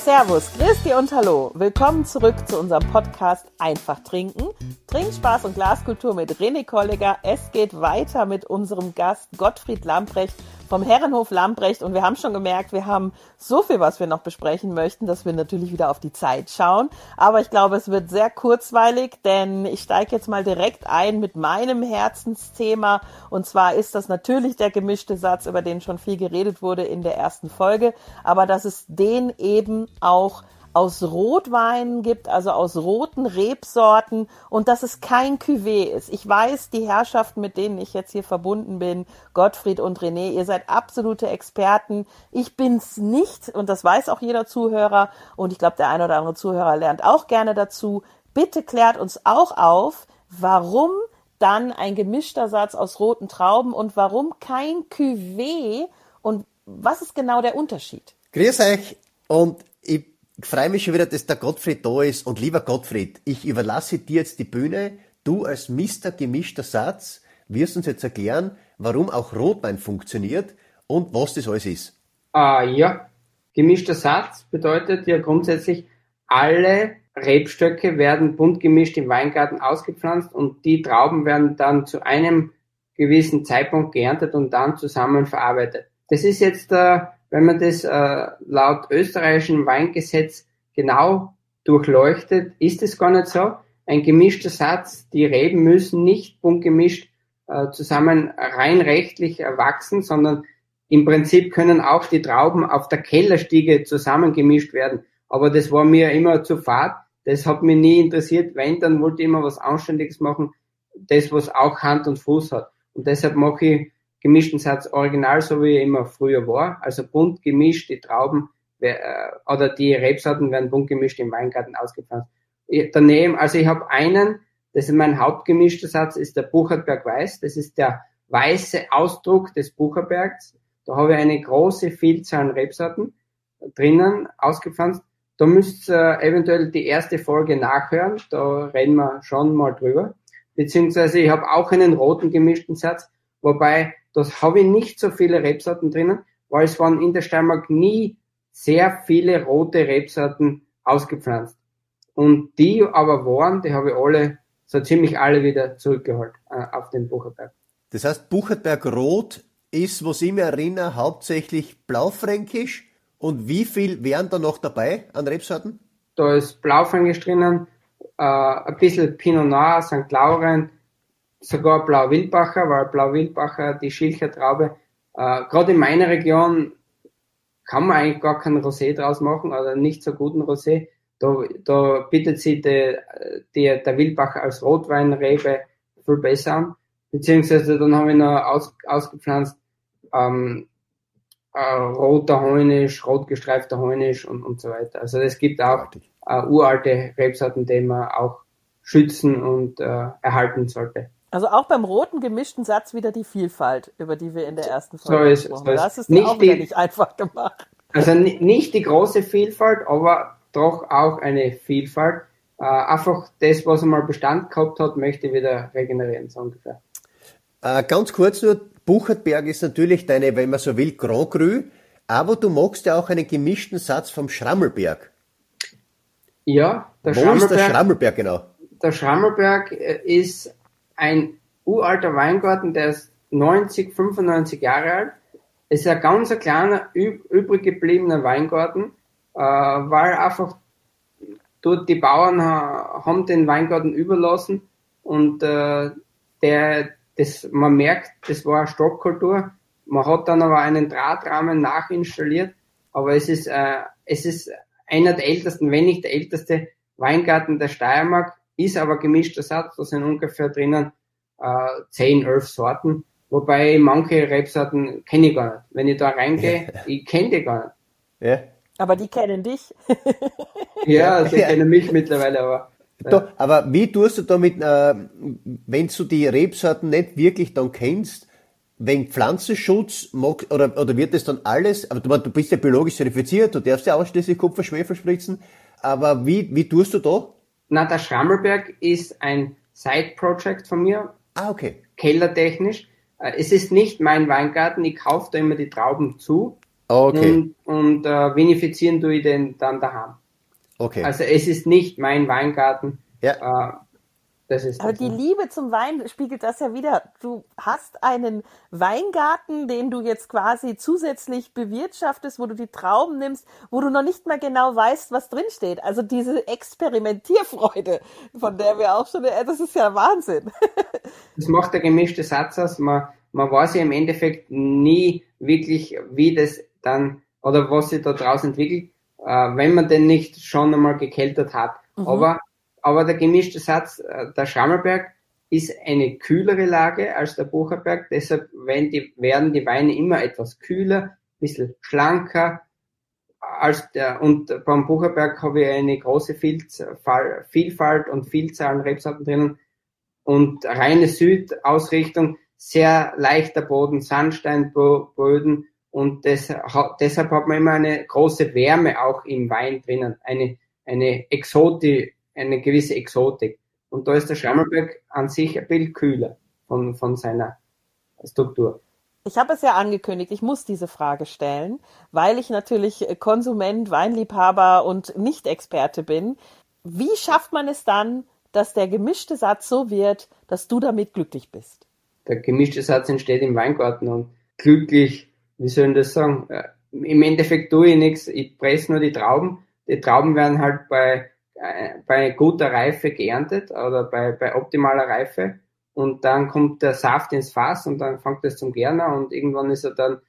Servus, Christi und Hallo. Willkommen zurück zu unserem Podcast Einfach Trinken. Trinkspaß und Glaskultur mit René Kollegger. Es geht weiter mit unserem Gast Gottfried Lamprecht vom Herrenhof Lamprecht. Und wir haben schon gemerkt, wir haben so viel, was wir noch besprechen möchten, dass wir natürlich wieder auf die Zeit schauen. Aber ich glaube, es wird sehr kurzweilig, denn ich steige jetzt mal direkt ein mit meinem Herzensthema. Und zwar ist das natürlich der gemischte Satz, über den schon viel geredet wurde in der ersten Folge. Aber dass es den eben auch aus Rotweinen gibt, also aus roten Rebsorten, und dass es kein Cuvée ist. Ich weiß, die Herrschaften, mit denen ich jetzt hier verbunden bin, Gottfried und René, ihr seid absolute Experten. Ich bin's nicht, und das weiß auch jeder Zuhörer, und ich glaube, der ein oder andere Zuhörer lernt auch gerne dazu. Bitte klärt uns auch auf, warum dann ein gemischter Satz aus roten Trauben und warum kein Cuvée, und was ist genau der Unterschied? Grüß euch, und ich freue mich schon wieder, dass der Gottfried da ist. Und lieber Gottfried, ich überlasse dir jetzt die Bühne. Du als Mister gemischter Satz wirst uns jetzt erklären, warum auch Rotwein funktioniert und was das alles ist. Ja, gemischter Satz bedeutet ja grundsätzlich, alle Rebstöcke werden bunt gemischt im Weingarten ausgepflanzt und die Trauben werden dann zu einem gewissen Zeitpunkt geerntet und dann zusammen verarbeitet. Das ist jetzt, wenn man das laut österreichischem Weingesetz genau durchleuchtet, ist es gar nicht so. Ein gemischter Satz, die Reben müssen nicht bunt gemischt zusammen rein rechtlich wachsen, sondern im Prinzip können auch die Trauben auf der Kellerstiege zusammengemischt werden. Aber das war mir immer zu fad. Das hat mich nie interessiert. Wenn, dann wollte ich immer was Anständiges machen. Das, was auch Hand und Fuß hat. Und deshalb mache ich gemischten Satz original, so wie er immer früher war. Also bunt gemischt, die Trauben oder die Rebsorten werden bunt gemischt im Weingarten ausgepflanzt. Daneben, also ich habe einen, das ist mein hauptgemischter Satz, ist der Buchertberg Weiß. Das ist der weiße Ausdruck des Bucherbergs. Da habe ich eine große Vielzahl an Rebsorten drinnen ausgepflanzt. Da müsst ihr eventuell die erste Folge nachhören. Da reden wir schon mal drüber. Beziehungsweise ich habe auch einen roten gemischten Satz, wobei das habe ich nicht so viele Rebsorten drinnen, weil es waren in der Steiermark nie sehr viele rote Rebsorten ausgepflanzt. Und die aber waren, die habe ich alle, so ziemlich alle wieder zurückgeholt auf den Bucherberg. Das heißt, Buchertberg Rot ist, was ich mir erinnere, hauptsächlich Blaufränkisch. Und wie viel wären da noch dabei an Rebsorten? Da ist Blaufränkisch drinnen, ein bisschen Pinot Noir, St. Laurent, sogar Blau-Wildbacher, weil Blau-Wildbacher, die Schilchertraube, gerade in meiner Region kann man eigentlich gar keinen Rosé draus machen, oder nicht so guten Rosé. Da bietet sich der Wildbacher als Rotweinrebe viel besser an. Beziehungsweise dann habe ich noch ausgepflanzt roter Heunisch, rotgestreifter Heunisch und so weiter. Also es gibt auch uralte Rebsorten, die man auch schützen und erhalten sollte. Also auch beim roten gemischten Satz wieder die Vielfalt, über die wir in der ersten Folge gesprochen haben. Das ist auch wieder nicht einfach gemacht. Also nicht die große Vielfalt, aber doch auch eine Vielfalt. Einfach das, was einmal Bestand gehabt hat, möchte ich wieder regenerieren, so ungefähr. Ganz kurz nur, Buchertberg ist natürlich deine, wenn man so will, Grand Cru, aber du magst ja auch einen gemischten Satz vom Schrammelberg. Ja, Wo ist der Schrammelberg genau? Der Schrammelberg ist ein uralter Weingarten, der ist 95 Jahre alt. Es ist ein ganz kleiner, übrig gebliebener Weingarten, weil einfach dort die Bauern haben den Weingarten überlassen und man merkt, das war eine Stockkultur. Man hat dann aber einen Drahtrahmen nachinstalliert, aber es ist einer der ältesten, wenn nicht der älteste Weingarten der Steiermark, ist aber gemischter Satz, da sind ungefähr drinnen 10, 11 Sorten, wobei manche Rebsorten kenne ich gar nicht. Wenn ich da reingehe, ich kenne die gar nicht. Ja. Aber die kennen dich. Ja, sie kennen mich mittlerweile, aber... Da, aber wie tust du damit, wenn du die Rebsorten nicht wirklich dann kennst, wegen Pflanzenschutz, oder wird das dann alles, aber du bist ja biologisch zertifiziert, du darfst ja ausschließlich Kupferschwefel spritzen, aber wie tust du da? Na, der Schrammelberg ist ein Side-Project von mir. Ah, okay. Kellertechnisch. Es ist nicht mein Weingarten, ich kaufe da immer die Trauben zu Okay. und vinifizieren tue ich den dann daheim. Okay. Also es ist nicht mein Weingarten. Ja. Das ist Aber das, die Liebe zum Wein spiegelt das ja wieder. Du hast einen Weingarten, den du jetzt quasi zusätzlich bewirtschaftest, wo du die Trauben nimmst, wo du noch nicht mal genau weißt, was drinsteht. Also diese Experimentierfreude, von der wir auch schon, das ist ja Wahnsinn. Das macht der gemischte Satz aus. Man weiß ja im Endeffekt nie wirklich, wie das dann oder was sich da draus entwickelt, wenn man den nicht schon einmal gekeltert hat. Aber der gemischte Satz, der Schrammelberg, ist eine kühlere Lage als der Bucherberg. Deshalb werden die Weine immer etwas kühler, ein bisschen schlanker als und beim Bucherberg habe ich eine große Vielfalt und Vielzahl an Rebsorten drinnen und reine Südausrichtung, sehr leichter Boden, Sandsteinböden und deshalb hat man immer eine große Wärme auch im Wein drinnen, eine gewisse Exotik. Und da ist der Schrammelberg an sich ein bisschen kühler von seiner Struktur. Ich habe es ja angekündigt, ich muss diese Frage stellen, weil ich natürlich Konsument, Weinliebhaber und Nicht-Experte bin. Wie schafft man es dann, dass der gemischte Satz so wird, dass du damit glücklich bist? Der gemischte Satz entsteht im Weingarten und glücklich, wie soll ich das sagen? Im Endeffekt tue ich nichts, ich presse nur die Trauben. Die Trauben werden halt bei guter Reife geerntet oder bei optimaler Reife und dann kommt der Saft ins Fass und dann fängt es zum Gärner und irgendwann ist er dann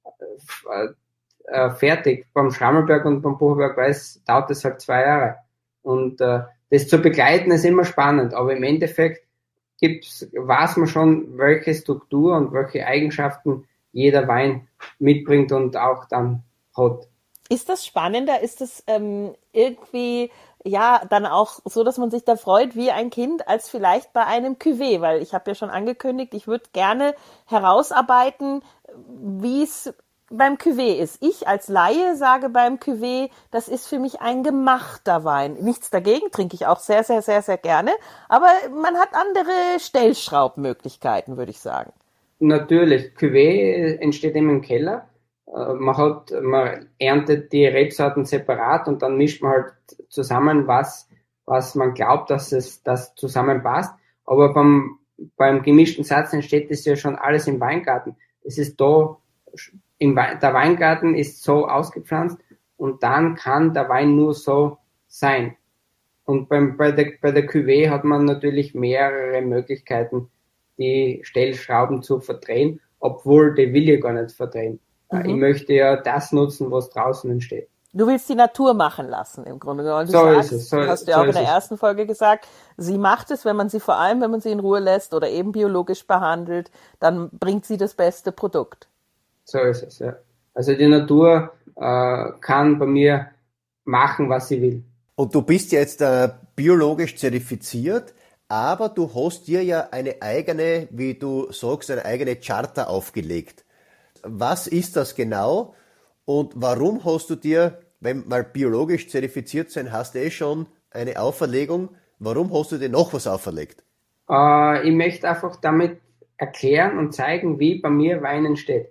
fertig. Beim Schrammelberg und beim Bucherberg dauert es halt 2 Jahre und das zu begleiten ist immer spannend, aber im Endeffekt weiß man schon, welche Struktur und welche Eigenschaften jeder Wein mitbringt und auch dann hat. Ist das spannender? Ist das irgendwie ja dann auch so, dass man sich da freut wie ein Kind, als vielleicht bei einem Cuvée? Weil ich habe ja schon angekündigt, ich würde gerne herausarbeiten, wie es beim Cuvée ist. Ich als Laie sage beim Cuvée, das ist für mich ein gemachter Wein. Nichts dagegen, trinke ich auch sehr, sehr, sehr, sehr gerne. Aber man hat andere Stellschraubmöglichkeiten, würde ich sagen. Natürlich, Cuvée entsteht immer im Keller. Man erntet die Rebsorten separat und dann mischt man halt zusammen, was man glaubt, dass das zusammenpasst. Aber beim gemischten Satz entsteht das ja schon alles im Weingarten. Es ist da, der Weingarten ist so ausgepflanzt und dann kann der Wein nur so sein. Und bei der Cuvée hat man natürlich mehrere Möglichkeiten, die Stellschrauben zu verdrehen, obwohl die will ich gar nicht verdrehen. Ich möchte ja das nutzen, was draußen entsteht. Du willst die Natur machen lassen, im Grunde genommen. So ist es. Hast du ja auch in der ersten Folge gesagt, sie macht es, wenn man sie in Ruhe lässt oder eben biologisch behandelt, dann bringt sie das beste Produkt. So ist es, ja. Also die Natur kann bei mir machen, was sie will. Und du bist ja jetzt biologisch zertifiziert, aber du hast dir ja eine eigene, wie du sagst, eine eigene Charta aufgelegt. Was ist das genau und warum hast du dir, wenn mal biologisch zertifiziert sein, hast du schon eine Auferlegung, warum hast du dir noch was auferlegt? Ich möchte einfach damit erklären und zeigen, wie bei mir Wein entsteht.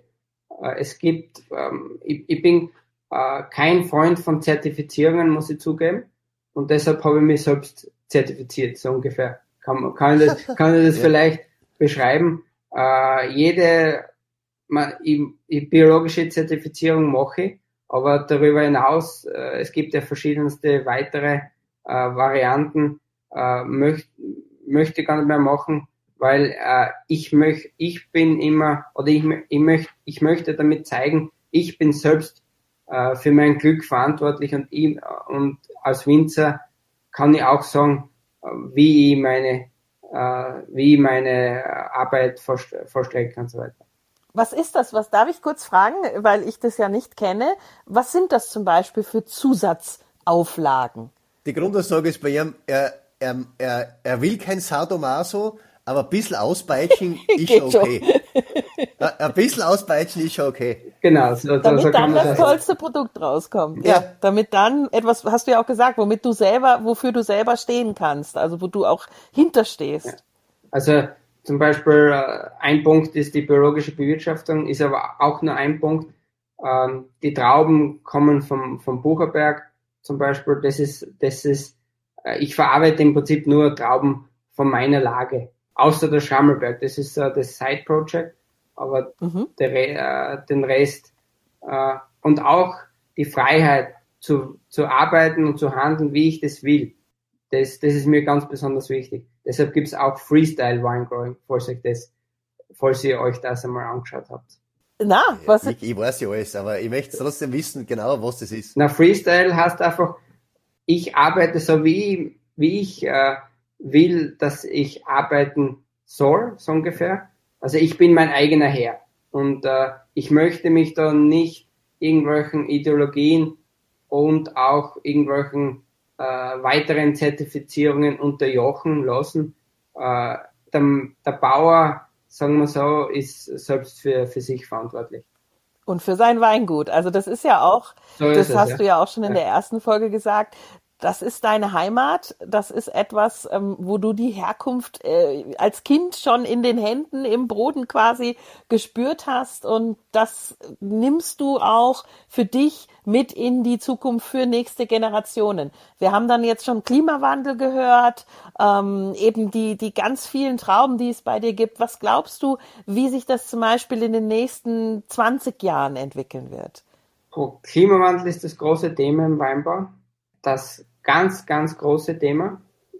Ich bin kein Freund von Zertifizierungen, muss ich zugeben, und deshalb habe ich mich selbst zertifiziert, so ungefähr. Kann ich das vielleicht beschreiben? Biologische Zertifizierung mache ich, aber darüber hinaus, es gibt ja verschiedenste weitere Varianten, möchte ich gar nicht mehr machen, weil ich möchte damit zeigen, ich bin selbst für mein Glück verantwortlich und als Winzer kann ich auch sagen, wie ich meine Arbeit vorstrecke und so weiter. Was ist das? Was darf ich kurz fragen, weil ich das ja nicht kenne? Was sind das zum Beispiel für Zusatzauflagen? Die Grundaussage ist bei ihm, er will kein Sadomaso, aber ein bisschen auspeitschen ist okay. Ein bisschen auspeitschen ist schon okay. Genau. Damit dann das tollste Produkt rauskommt. Ja, damit dann etwas, hast du ja auch gesagt, wofür du selber stehen kannst, also wo du auch hinterstehst. Ja. Also zum Beispiel ein Punkt ist die biologische Bewirtschaftung, ist aber auch nur ein Punkt. Die Trauben kommen vom Bucherberg zum Beispiel. Ich verarbeite im Prinzip nur Trauben von meiner Lage. Außer der Schrammelberg. Das ist das Side-Project. Aber den Rest, und auch die Freiheit zu arbeiten und zu handeln, wie ich das will. Das ist mir ganz besonders wichtig. Deshalb gibt's auch Freestyle Winegrowing, falls ihr euch das einmal angeschaut habt. Na, Ich weiß ja alles, aber ich möchte trotzdem wissen, genau, was das ist. Na, Freestyle heißt einfach, ich arbeite so, wie ich will, dass ich arbeiten soll, so ungefähr. Also ich bin mein eigener Herr. Und ich möchte mich da nicht irgendwelchen Ideologien und auch irgendwelchen weiteren Zertifizierungen unterjochen lassen. Der Bauer, sagen wir so, ist selbst für sich verantwortlich. Und für sein Weingut. Also das ist ja auch, So das ist es, hast du ja auch schon in der ersten Folge gesagt, das ist deine Heimat, das ist etwas, wo du die Herkunft als Kind schon in den Händen, im Boden quasi gespürt hast, und das nimmst du auch für dich mit in die Zukunft für nächste Generationen. Wir haben dann jetzt schon Klimawandel gehört, eben die ganz vielen Trauben, die es bei dir gibt. Was glaubst du, wie sich das zum Beispiel in den nächsten 20 Jahren entwickeln wird? Klimawandel ist das große Thema im Weinbau. Das ganz, ganz große Thema.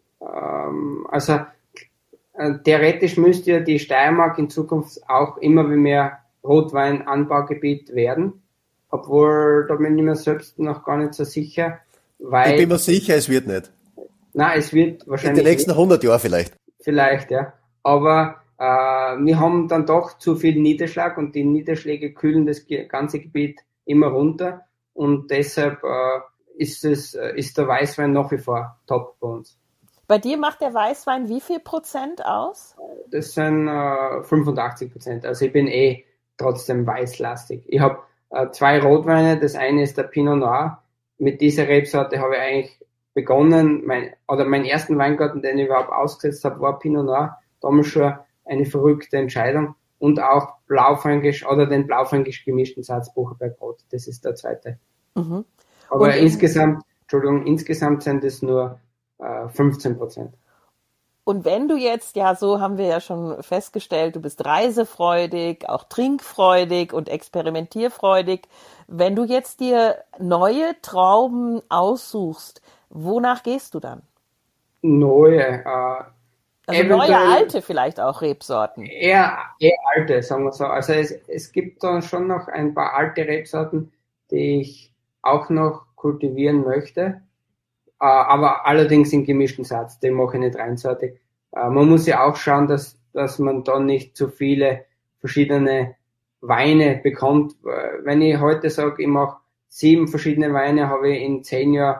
Theoretisch müsste ja die Steiermark in Zukunft auch immer mehr Rotweinanbaugebiet werden. Obwohl, da bin ich mir selbst noch gar nicht so sicher. Weil, Ich bin mir sicher, es wird nicht. Nein, es wird In wahrscheinlich den nächsten 100 Jahren vielleicht. Vielleicht, ja. Aber wir haben dann doch zu viel Niederschlag und die Niederschläge kühlen das ganze Gebiet immer runter, und deshalb ist der Weißwein nach wie vor top bei uns. Bei dir macht der Weißwein wie viel Prozent aus? Das sind 85%. Also ich bin trotzdem weißlastig. Ich habe 2 Rotweine. Das eine ist der Pinot Noir. Mit dieser Rebsorte habe ich eigentlich begonnen. Mein ersten Weingarten, den ich überhaupt ausgesetzt habe, war Pinot Noir. Damals schon eine verrückte Entscheidung. Und auch Blaufränkisch oder den Blaufränkisch gemischten Satz Bucherberg-Rot. Das ist der zweite. Mhm. Aber insgesamt sind es nur 15%. Und wenn du jetzt, ja, so haben wir ja schon festgestellt, du bist reisefreudig, auch trinkfreudig und experimentierfreudig. Wenn du jetzt dir neue Trauben aussuchst, wonach gehst du dann? Neue, Also neue, alte vielleicht auch Rebsorten. Eher alte, sagen wir so. Also es gibt da schon noch ein paar alte Rebsorten, die ich auch noch kultivieren möchte. Aber allerdings in gemischten Satz, den mache ich nicht reinsortig. Man muss ja auch schauen, dass man dann nicht zu viele verschiedene Weine bekommt. Wenn ich heute sage, ich mache 7 verschiedene Weine, habe ich in 10 Jahren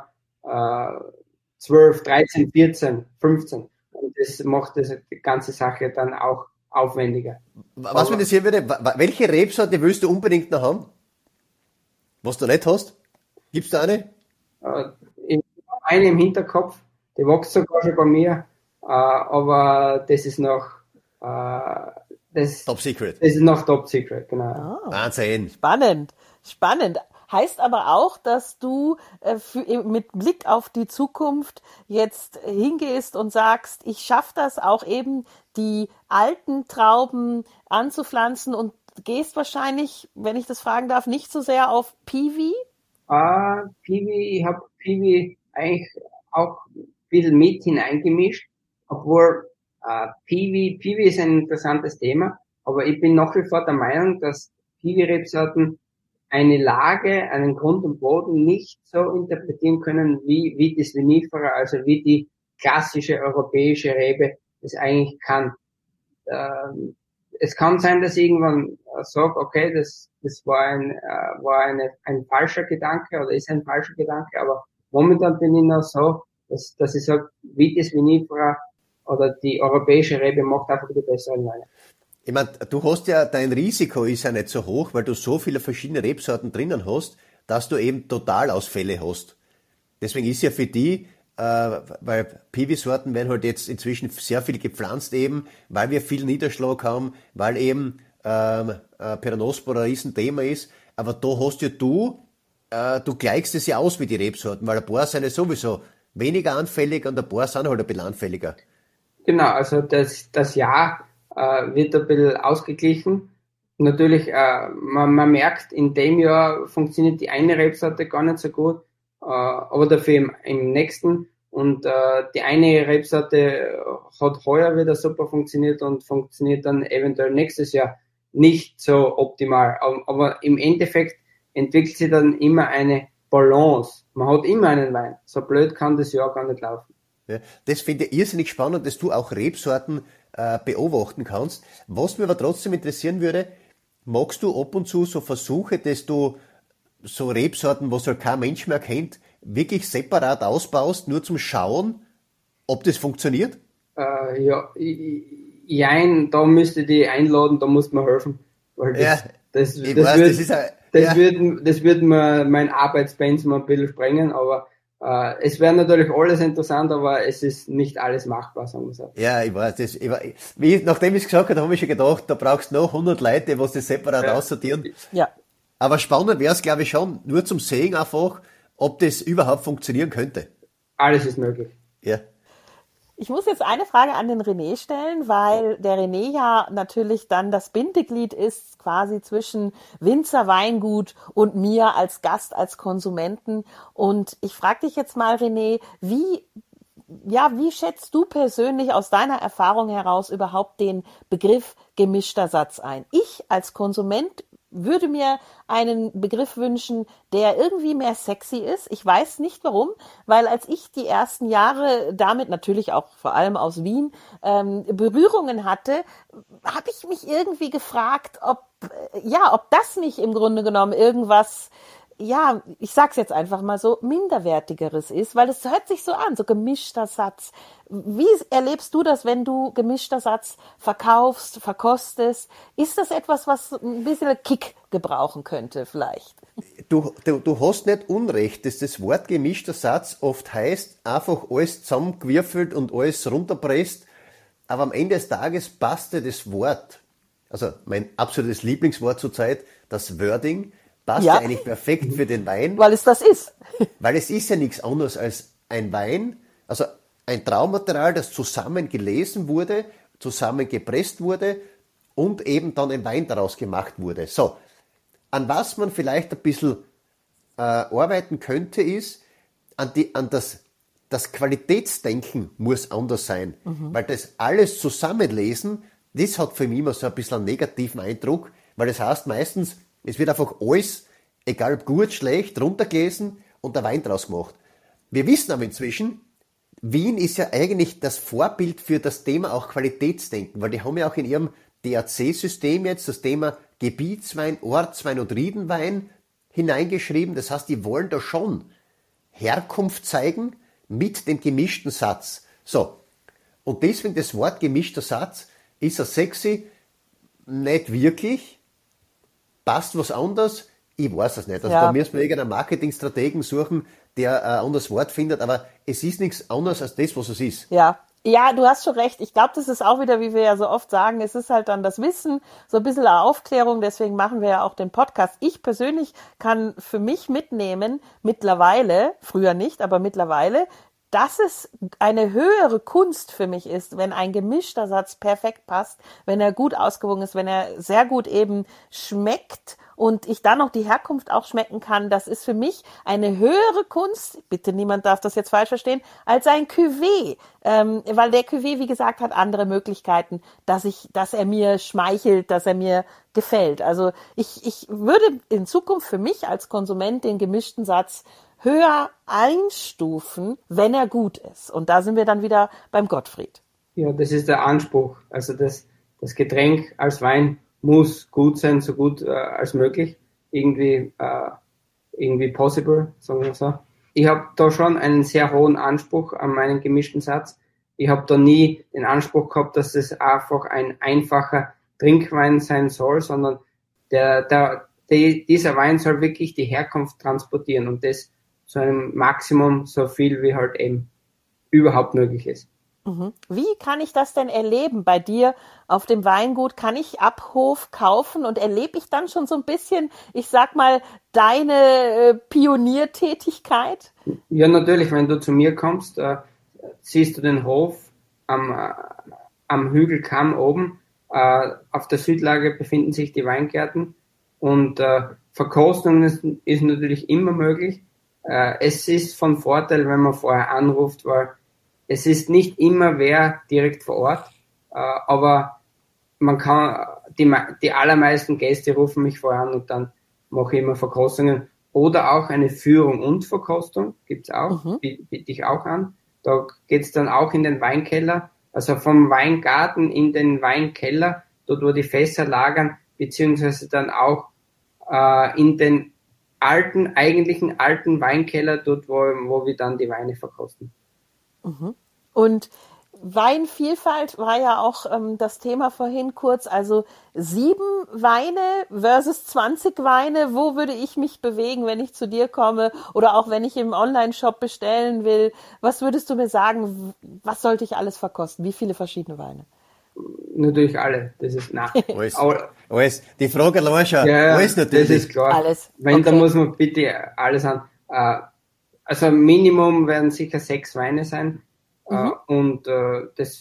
12, 13, 14, 15. Und das macht die ganze Sache dann auch aufwendiger. Was mich interessieren würde, welche Rebsorte willst du unbedingt noch haben? Was du nicht hast? Gibt's da eine? Ich habe eine im Hinterkopf, die wächst sogar schon bei mir, aber das ist noch Top Secret. Das ist noch Top Secret, genau. Oh, Wahnsinn. Spannend. Heißt aber auch, dass du mit Blick auf die Zukunft jetzt hingehst und sagst, ich schaffe das auch eben, die alten Trauben anzupflanzen, und gehst wahrscheinlich, wenn ich das fragen darf, nicht so sehr auf Piwi? Piwi, ich habe Piwi eigentlich auch ein bisschen mit hineingemischt, obwohl Piwi ist ein interessantes Thema, aber ich bin nach wie vor der Meinung, dass Piwi-Rebsorten eine Lage, einen Grund und Boden nicht so interpretieren können wie das Vinifera, also wie die klassische europäische Rebe das eigentlich kann. Es kann sein, dass ich irgendwann sage, okay, das war ein falscher Gedanke oder ist ein falscher Gedanke, aber momentan bin ich noch so, dass ich sage, wie das Vinifera oder die europäische Rebe macht einfach die besseren Weine. Ich meine, du hast ja, dein Risiko ist ja nicht so hoch, weil du so viele verschiedene Rebsorten drinnen hast, dass du eben Totalausfälle hast. Deswegen ist ja für die, weil Piwi-Sorten werden halt jetzt inzwischen sehr viel gepflanzt eben, weil wir viel Niederschlag haben, weil eben Peronospora ein Riesenthema ist. Aber da hast ja du gleichst es ja aus mit die Rebsorten, weil ein paar sind ja sowieso weniger anfällig und ein paar sind halt ein bisschen anfälliger. Genau, also das Jahr wird ein bisschen ausgeglichen. Natürlich, man merkt, in dem Jahr funktioniert die eine Rebsorte gar nicht so gut, aber dafür im nächsten. Und die eine Rebsorte hat heuer wieder super funktioniert und funktioniert dann eventuell nächstes Jahr nicht so optimal. Aber im Endeffekt entwickelt sich dann immer eine Balance. Man hat immer einen Wein. So blöd kann das Jahr gar nicht laufen. Ja, das finde ich irrsinnig spannend, dass du auch Rebsorten beobachten kannst. Was mich aber trotzdem interessieren würde, magst du ab und zu so Versuche, dass du so Rebsorten, was halt kein Mensch mehr kennt, wirklich separat ausbaust, nur zum Schauen, ob das funktioniert? Jein, da müsste ich die einladen, da muss man helfen. Weil das würde mir mein Arbeitspensum ein bisschen sprengen, aber es wäre natürlich alles interessant, aber es ist nicht alles machbar, sagen wir so. Ja, ich weiß, nachdem ich es gesagt habe, habe ich schon gedacht, da brauchst du noch 100 Leute, was das separat aussortieren. Ja. Aber spannend wäre es, glaube ich, schon, nur zum Sehen einfach, ob das überhaupt funktionieren könnte. Alles ist möglich. Ja. Ich muss jetzt eine Frage an den René stellen, weil der René ja natürlich dann das Bindeglied ist quasi zwischen Winzer Weingut und mir als Gast, als Konsumenten. Und ich frage dich jetzt mal, René, wie schätzt du persönlich aus deiner Erfahrung heraus überhaupt den Begriff gemischter Satz ein? Ich als Konsument würde mir einen Begriff wünschen, der irgendwie mehr sexy ist. Ich weiß nicht warum, weil als ich die ersten Jahre damit, natürlich auch vor allem aus Wien, Berührungen hatte, habe ich mich irgendwie gefragt, ob das nicht im Grunde genommen irgendwas, ja, ich sag's jetzt einfach mal so, minderwertigeres ist, weil es hört sich so an, so gemischter Satz. Wie erlebst du das, wenn du gemischter Satz verkaufst, verkostest? Ist das etwas, was ein bisschen Kick gebrauchen könnte vielleicht? Du hast nicht Unrecht, dass das Wort gemischter Satz oft heißt, einfach alles zusammengewürfelt und alles runterpresst, aber am Ende des Tages passte das Wort, also mein absolutes Lieblingswort zurzeit, das Wording, passt ja eigentlich perfekt für den Wein. Weil es das ist. Weil es ist ja nichts anderes als ein Wein, also ein Traumaterial, das zusammen gelesen wurde, zusammengepresst wurde und eben dann ein Wein daraus gemacht wurde. So, an was man vielleicht ein bisschen arbeiten könnte, ist, an das Qualitätsdenken muss anders sein. Weil das alles zusammenlesen, das hat für mich immer so ein bisschen einen negativen Eindruck, weil das heißt meistens, es wird einfach alles, egal ob gut, schlecht, runtergelesen und der Wein draus gemacht. Wir wissen aber inzwischen, Wien ist ja eigentlich das Vorbild für das Thema auch Qualitätsdenken, weil die haben ja auch in ihrem DAC-System jetzt das Thema Gebietswein, Ortswein und Riedenwein hineingeschrieben. Das heißt, die wollen da schon Herkunft zeigen mit dem gemischten Satz. So, und deswegen das Wort gemischter Satz ist ja sexy, nicht wirklich, passt was anderes, ich weiß es nicht. Also da müssen wir irgendeinen Marketingstrategen suchen, der ein anderes Wort findet, aber es ist nichts anderes als das, was es ist. Ja, du hast schon recht. Ich glaube, das ist auch wieder, wie wir ja so oft sagen, es ist halt dann das Wissen, so ein bisschen eine Aufklärung, deswegen machen wir ja auch den Podcast. Ich persönlich kann für mich mitnehmen, mittlerweile, früher nicht, aber mittlerweile, dass es eine höhere Kunst für mich ist, wenn ein gemischter Satz perfekt passt, wenn er gut ausgewogen ist, wenn er sehr gut eben schmeckt und ich dann noch die Herkunft auch schmecken kann. Das ist für mich eine höhere Kunst, bitte niemand darf das jetzt falsch verstehen, als ein Cuvée, weil der Cuvée, wie gesagt, hat andere Möglichkeiten, dass er mir schmeichelt, dass er mir gefällt. Also ich würde in Zukunft für mich als Konsument den gemischten Satz höher einstufen, wenn er gut ist. Und da sind wir dann wieder beim Gottfried. Ja, das ist der Anspruch. Also das Getränk als Wein muss gut sein, so gut als möglich. Irgendwie possible, sagen wir so. Ich habe da schon einen sehr hohen Anspruch an meinen gemischten Satz. Ich habe da nie den Anspruch gehabt, dass es einfach ein einfacher Trinkwein sein soll, sondern dieser Wein soll wirklich die Herkunft transportieren und das zu einem Maximum, so viel wie halt eben überhaupt möglich ist. Wie kann ich das denn erleben bei dir auf dem Weingut? Kann ich ab Hof kaufen und erlebe ich dann schon so ein bisschen, ich sag mal, deine Pioniertätigkeit? Ja, natürlich, wenn du zu mir kommst, siehst du den Hof am Hügelkamm oben. Auf der Südlage befinden sich die Weingärten und Verkostung ist natürlich immer möglich. Es ist von Vorteil, wenn man vorher anruft, weil es ist nicht immer wer direkt vor Ort, aber man kann, die allermeisten Gäste rufen mich vorher an und dann mache ich immer Verkostungen oder auch eine Führung und Verkostung, gibt's auch, biete ich auch an. Da geht's dann auch in den Weinkeller, also vom Weingarten in den Weinkeller, dort wo die Fässer lagern, beziehungsweise dann auch in den eigentlichen alten Weinkeller, dort wo wir dann die Weine verkosten. Und Weinvielfalt war ja auch das Thema vorhin kurz, also 7 Weine versus 20 Weine, wo würde ich mich bewegen, wenn ich zu dir komme oder auch wenn ich im Online-Shop bestellen will? Was würdest du mir sagen, was sollte ich alles verkosten? Wie viele verschiedene Weine? Natürlich alle, das ist Alles. Die Frage allein schon, alles natürlich. Das ist klar. Alles. Wenn, dann muss man bitte alles an. Also Minimum werden sicher 6 Weine sein. Und es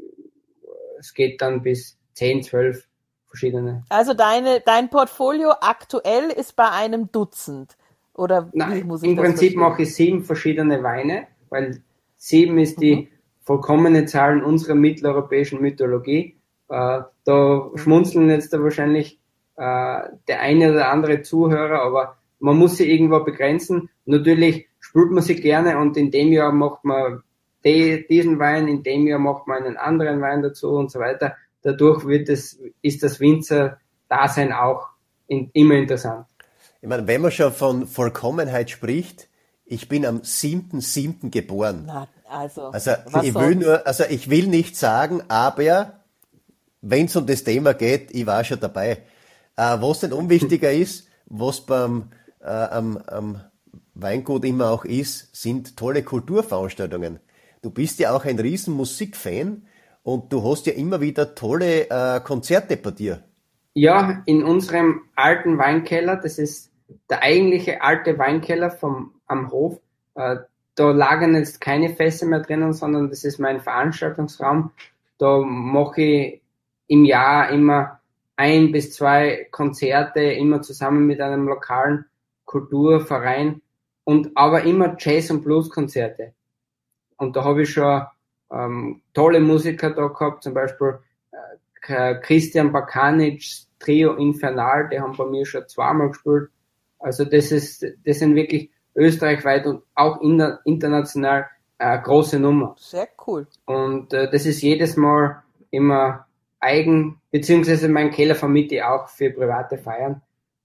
geht dann bis 10, 12 verschiedene. Also dein Portfolio aktuell ist bei einem Dutzend, oder Nein, wie muss ich im das Prinzip verstehen? mache ich 7 verschiedene Weine, weil 7 ist die vollkommene Zahl in unserer mitteleuropäischen Mythologie. Da schmunzeln jetzt da wahrscheinlich der eine oder andere Zuhörer, aber man muss sie irgendwo begrenzen. Natürlich spült man sie gerne und in dem Jahr macht man diesen Wein, in dem Jahr macht man einen anderen Wein dazu und so weiter. Dadurch ist das Winzer-Dasein auch immer interessant. Ich meine, wenn man schon von Vollkommenheit spricht, ich bin am 7.7. geboren. Na, also ich will nicht sagen, aber wenn es um das Thema geht, ich war schon dabei. Was denn unwichtiger ist, was beim am Weingut immer auch ist, sind tolle Kulturveranstaltungen. Du bist ja auch ein riesen Musikfan und du hast ja immer wieder tolle Konzerte bei dir. Ja, in unserem alten Weinkeller, das ist der eigentliche alte Weinkeller am Hof, da lagern jetzt keine Fässer mehr drinnen, sondern das ist mein Veranstaltungsraum. Da mache ich im Jahr immer 1 bis 2 Konzerte, immer zusammen mit einem lokalen Kulturverein und aber immer Jazz- und Blues-Konzerte. Und da habe ich schon tolle Musiker da gehabt, zum Beispiel Christian Bakanic, Trio Infernal, die haben bei mir schon 2-mal gespielt. Also das sind wirklich österreichweit und auch international große Nummer. Sehr cool. Und das ist jedes Mal immer beziehungsweise mein Keller vermiete ich auch für private Feiern.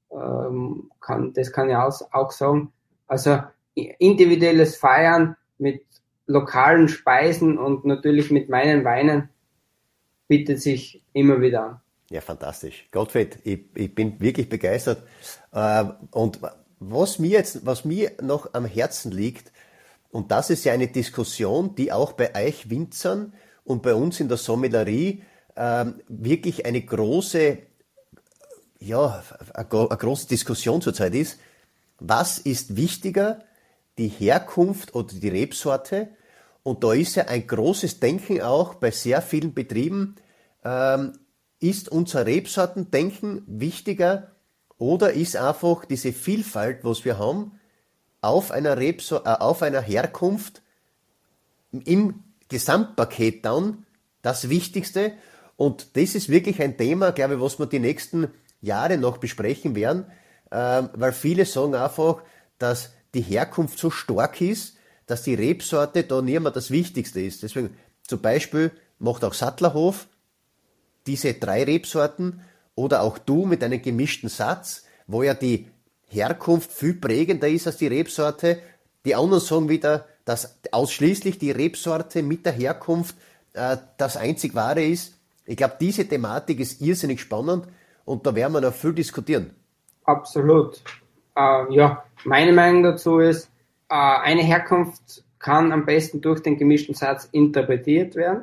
Das kann ich auch sagen. Also individuelles Feiern mit lokalen Speisen und natürlich mit meinen Weinen bietet sich immer wieder an. Ja, fantastisch. Gottfried, ich bin wirklich begeistert. Und was mir noch am Herzen liegt, und das ist ja eine Diskussion, die auch bei euch Winzern und bei uns in der Sommelerie wirklich eine große Diskussion zurzeit ist. Was ist wichtiger, die Herkunft oder die Rebsorte? Und da ist ja ein großes Denken auch bei sehr vielen Betrieben. Ist unser Rebsortendenken wichtiger oder ist einfach diese Vielfalt, was wir haben, auf einer Herkunft im Gesamtpaket dann das Wichtigste? Und das ist wirklich ein Thema, glaube ich, was wir die nächsten Jahre noch besprechen werden, weil viele sagen einfach, dass die Herkunft so stark ist, dass die Rebsorte da nicht mehr das Wichtigste ist. Deswegen zum Beispiel macht auch Sattlerhof diese 3 Rebsorten oder auch du mit einem gemischten Satz, wo ja die Herkunft viel prägender ist als die Rebsorte. Die anderen sagen wieder, dass ausschließlich die Rebsorte mit der Herkunft das einzig Wahre ist. Ich glaube, diese Thematik ist irrsinnig spannend und da werden wir noch viel diskutieren. Absolut. Meine Meinung dazu ist, eine Herkunft kann am besten durch den gemischten Satz interpretiert werden,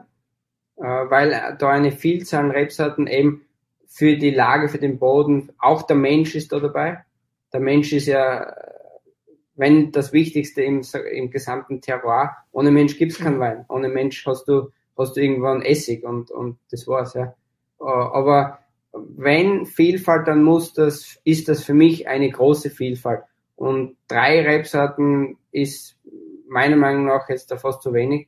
weil da eine Vielzahl an Rebsorten eben für die Lage, für den Boden, auch der Mensch ist da dabei. Der Mensch ist ja, wenn das Wichtigste im gesamten Terroir, ohne Mensch gibt's keinen Wein. Ohne Mensch hast du irgendwann Essig und das war's, ja. Aber wenn Vielfalt, dann ist das für mich eine große Vielfalt. Und 3 Rebsorten ist meiner Meinung nach jetzt da fast zu wenig.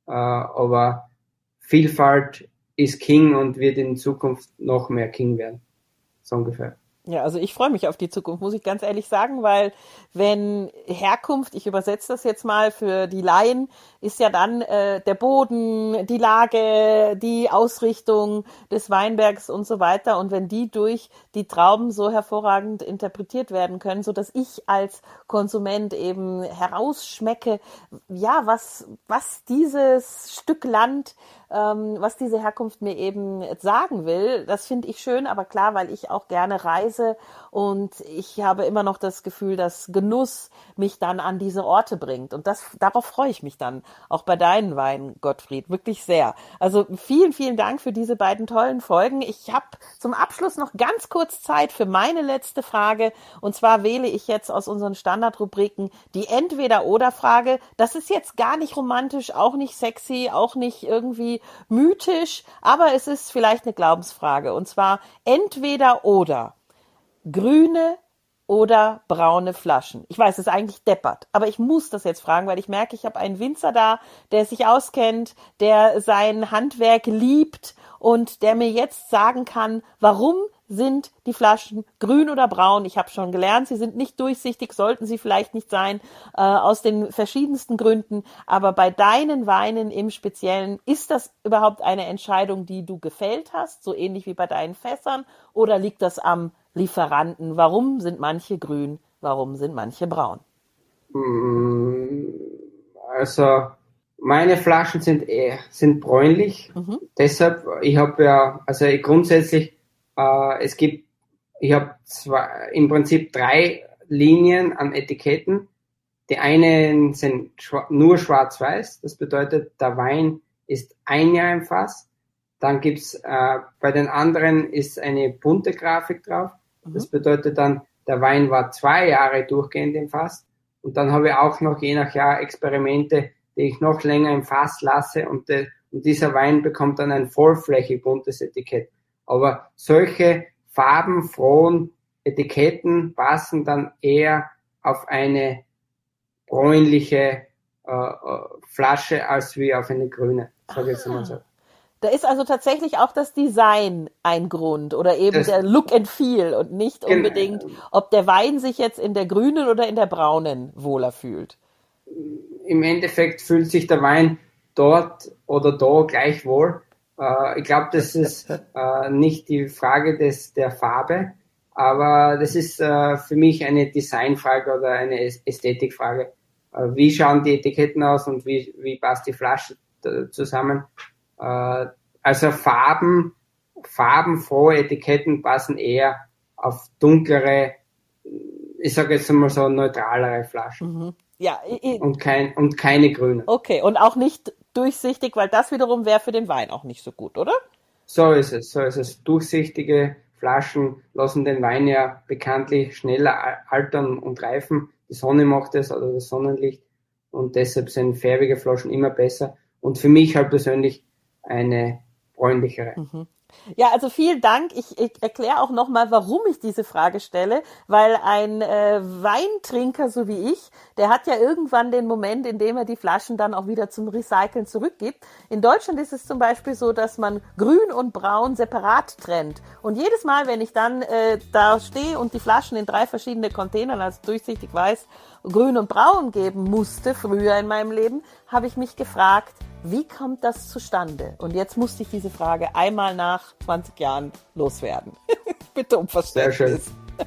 Aber Vielfalt ist King und wird in Zukunft noch mehr King werden. So ungefähr. Ja, also ich freue mich auf die Zukunft, muss ich ganz ehrlich sagen, weil wenn Herkunft, ich übersetze das jetzt mal für die Laien, ist ja dann der Boden, die Lage, die Ausrichtung des Weinbergs und so weiter. Und wenn die durch die Trauben so hervorragend interpretiert werden können, so dass ich als Konsument eben herausschmecke, ja, was dieses Stück Land, was diese Herkunft mir eben sagen will, das finde ich schön, aber klar, weil ich auch gerne reise und ich habe immer noch das Gefühl, dass Genuss mich dann an diese Orte bringt und darauf freue ich mich dann auch bei deinen Weinen, Gottfried, wirklich sehr. Also vielen, vielen Dank für diese beiden tollen Folgen. Ich habe zum Abschluss noch ganz kurz Zeit für meine letzte Frage und zwar wähle ich jetzt aus unseren Standardrubriken die Entweder-oder-Frage. Das ist jetzt gar nicht romantisch, auch nicht sexy, auch nicht irgendwie mythisch, aber es ist vielleicht eine Glaubensfrage und zwar entweder oder grüne oder braune Flaschen. Ich weiß, es ist eigentlich deppert, aber ich muss das jetzt fragen, weil ich merke, ich habe einen Winzer da, der sich auskennt, der sein Handwerk liebt und der mir jetzt sagen kann, warum sind die Flaschen grün oder braun? Ich habe schon gelernt, sie sind nicht durchsichtig, sollten sie vielleicht nicht sein, aus den verschiedensten Gründen. Aber bei deinen Weinen im Speziellen, ist das überhaupt eine Entscheidung, die du gefällt hast, so ähnlich wie bei deinen Fässern? Oder liegt das am Lieferanten? Warum sind manche grün, warum sind manche braun? Also meine Flaschen sind bräunlich. Deshalb, ich habe grundsätzlich ich habe im Prinzip 3 Linien an Etiketten. Die einen sind nur schwarz-weiß, das bedeutet, der Wein ist 1 Jahr im Fass. Dann gibt's bei den anderen ist eine bunte Grafik drauf. Das bedeutet dann, der Wein war 2 Jahre durchgehend im Fass. Und dann habe ich auch noch je nach Jahr Experimente, die ich noch länger im Fass lasse und dieser Wein bekommt dann ein vollflächig buntes Etikett. Aber solche farbenfrohen Etiketten passen dann eher auf eine bräunliche Flasche als wie auf eine grüne, sage ich jetzt mal so. Da ist also tatsächlich auch das Design ein Grund oder eben der Look and Feel und nicht unbedingt, ob der Wein sich jetzt in der grünen oder in der braunen wohler fühlt. Im Endeffekt fühlt sich der Wein dort oder da gleich wohl. Ich glaube, das ist nicht die Frage der Farbe, aber das ist für mich eine Designfrage oder eine Ästhetikfrage. Wie schauen die Etiketten aus und wie passt die Flasche zusammen? Also farbenfrohe Etiketten passen eher auf dunklere, ich sage jetzt mal so neutralere Flaschen. Ja, und keine grünen. Okay, und auch nicht durchsichtig, weil das wiederum wäre für den Wein auch nicht so gut, oder? So ist es. Durchsichtige Flaschen lassen den Wein ja bekanntlich schneller altern und reifen. Die Sonne macht es oder das Sonnenlicht und deshalb sind färbige Flaschen immer besser und für mich halt persönlich eine bräunlichere. Ja, also vielen Dank. Ich erkläre auch nochmal, warum ich diese Frage stelle, weil ein Weintrinker so wie ich, der hat ja irgendwann den Moment, in dem er die Flaschen dann auch wieder zum Recyceln zurückgibt. In Deutschland ist es zum Beispiel so, dass man grün und braun separat trennt. Und jedes Mal, wenn ich dann da stehe und die Flaschen in 3 verschiedene Containern, also durchsichtig weiß, grün und braun geben musste, früher in meinem Leben, habe ich mich gefragt, wie kommt das zustande? Und jetzt musste ich diese Frage einmal nach 20 Jahren loswerden. Bitte um Verständnis. Sehr schön.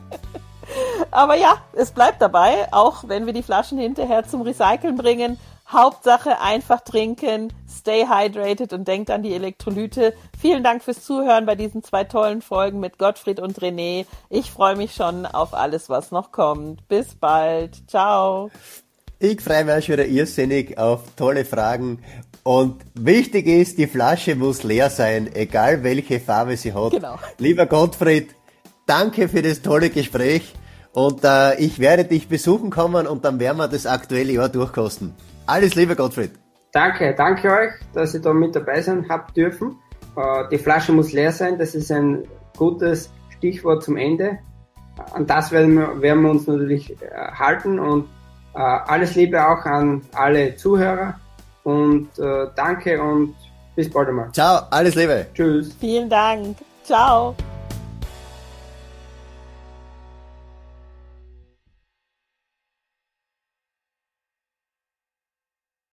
Aber ja, es bleibt dabei, auch wenn wir die Flaschen hinterher zum Recyceln bringen. Hauptsache einfach trinken, stay hydrated und denkt an die Elektrolyte. Vielen Dank fürs Zuhören bei diesen 2 tollen Folgen mit Gottfried und René. Ich freue mich schon auf alles, was noch kommt. Bis bald. Ciao. Ich freue mich auch schon wieder irrsinnig auf tolle Fragen. Und wichtig ist, die Flasche muss leer sein, egal welche Farbe sie hat. Genau. Lieber Gottfried, danke für das tolle Gespräch. Und ich werde dich besuchen kommen und dann werden wir das aktuelle Jahr durchkosten. Alles Liebe, Gottfried. Danke euch, dass ihr da mit dabei sein habt dürfen. Die Flasche muss leer sein, das ist ein gutes Stichwort zum Ende. An das werden wir uns natürlich halten und alles Liebe auch an alle Zuhörer und danke und bis bald einmal. Ciao, alles Liebe. Tschüss. Vielen Dank. Ciao.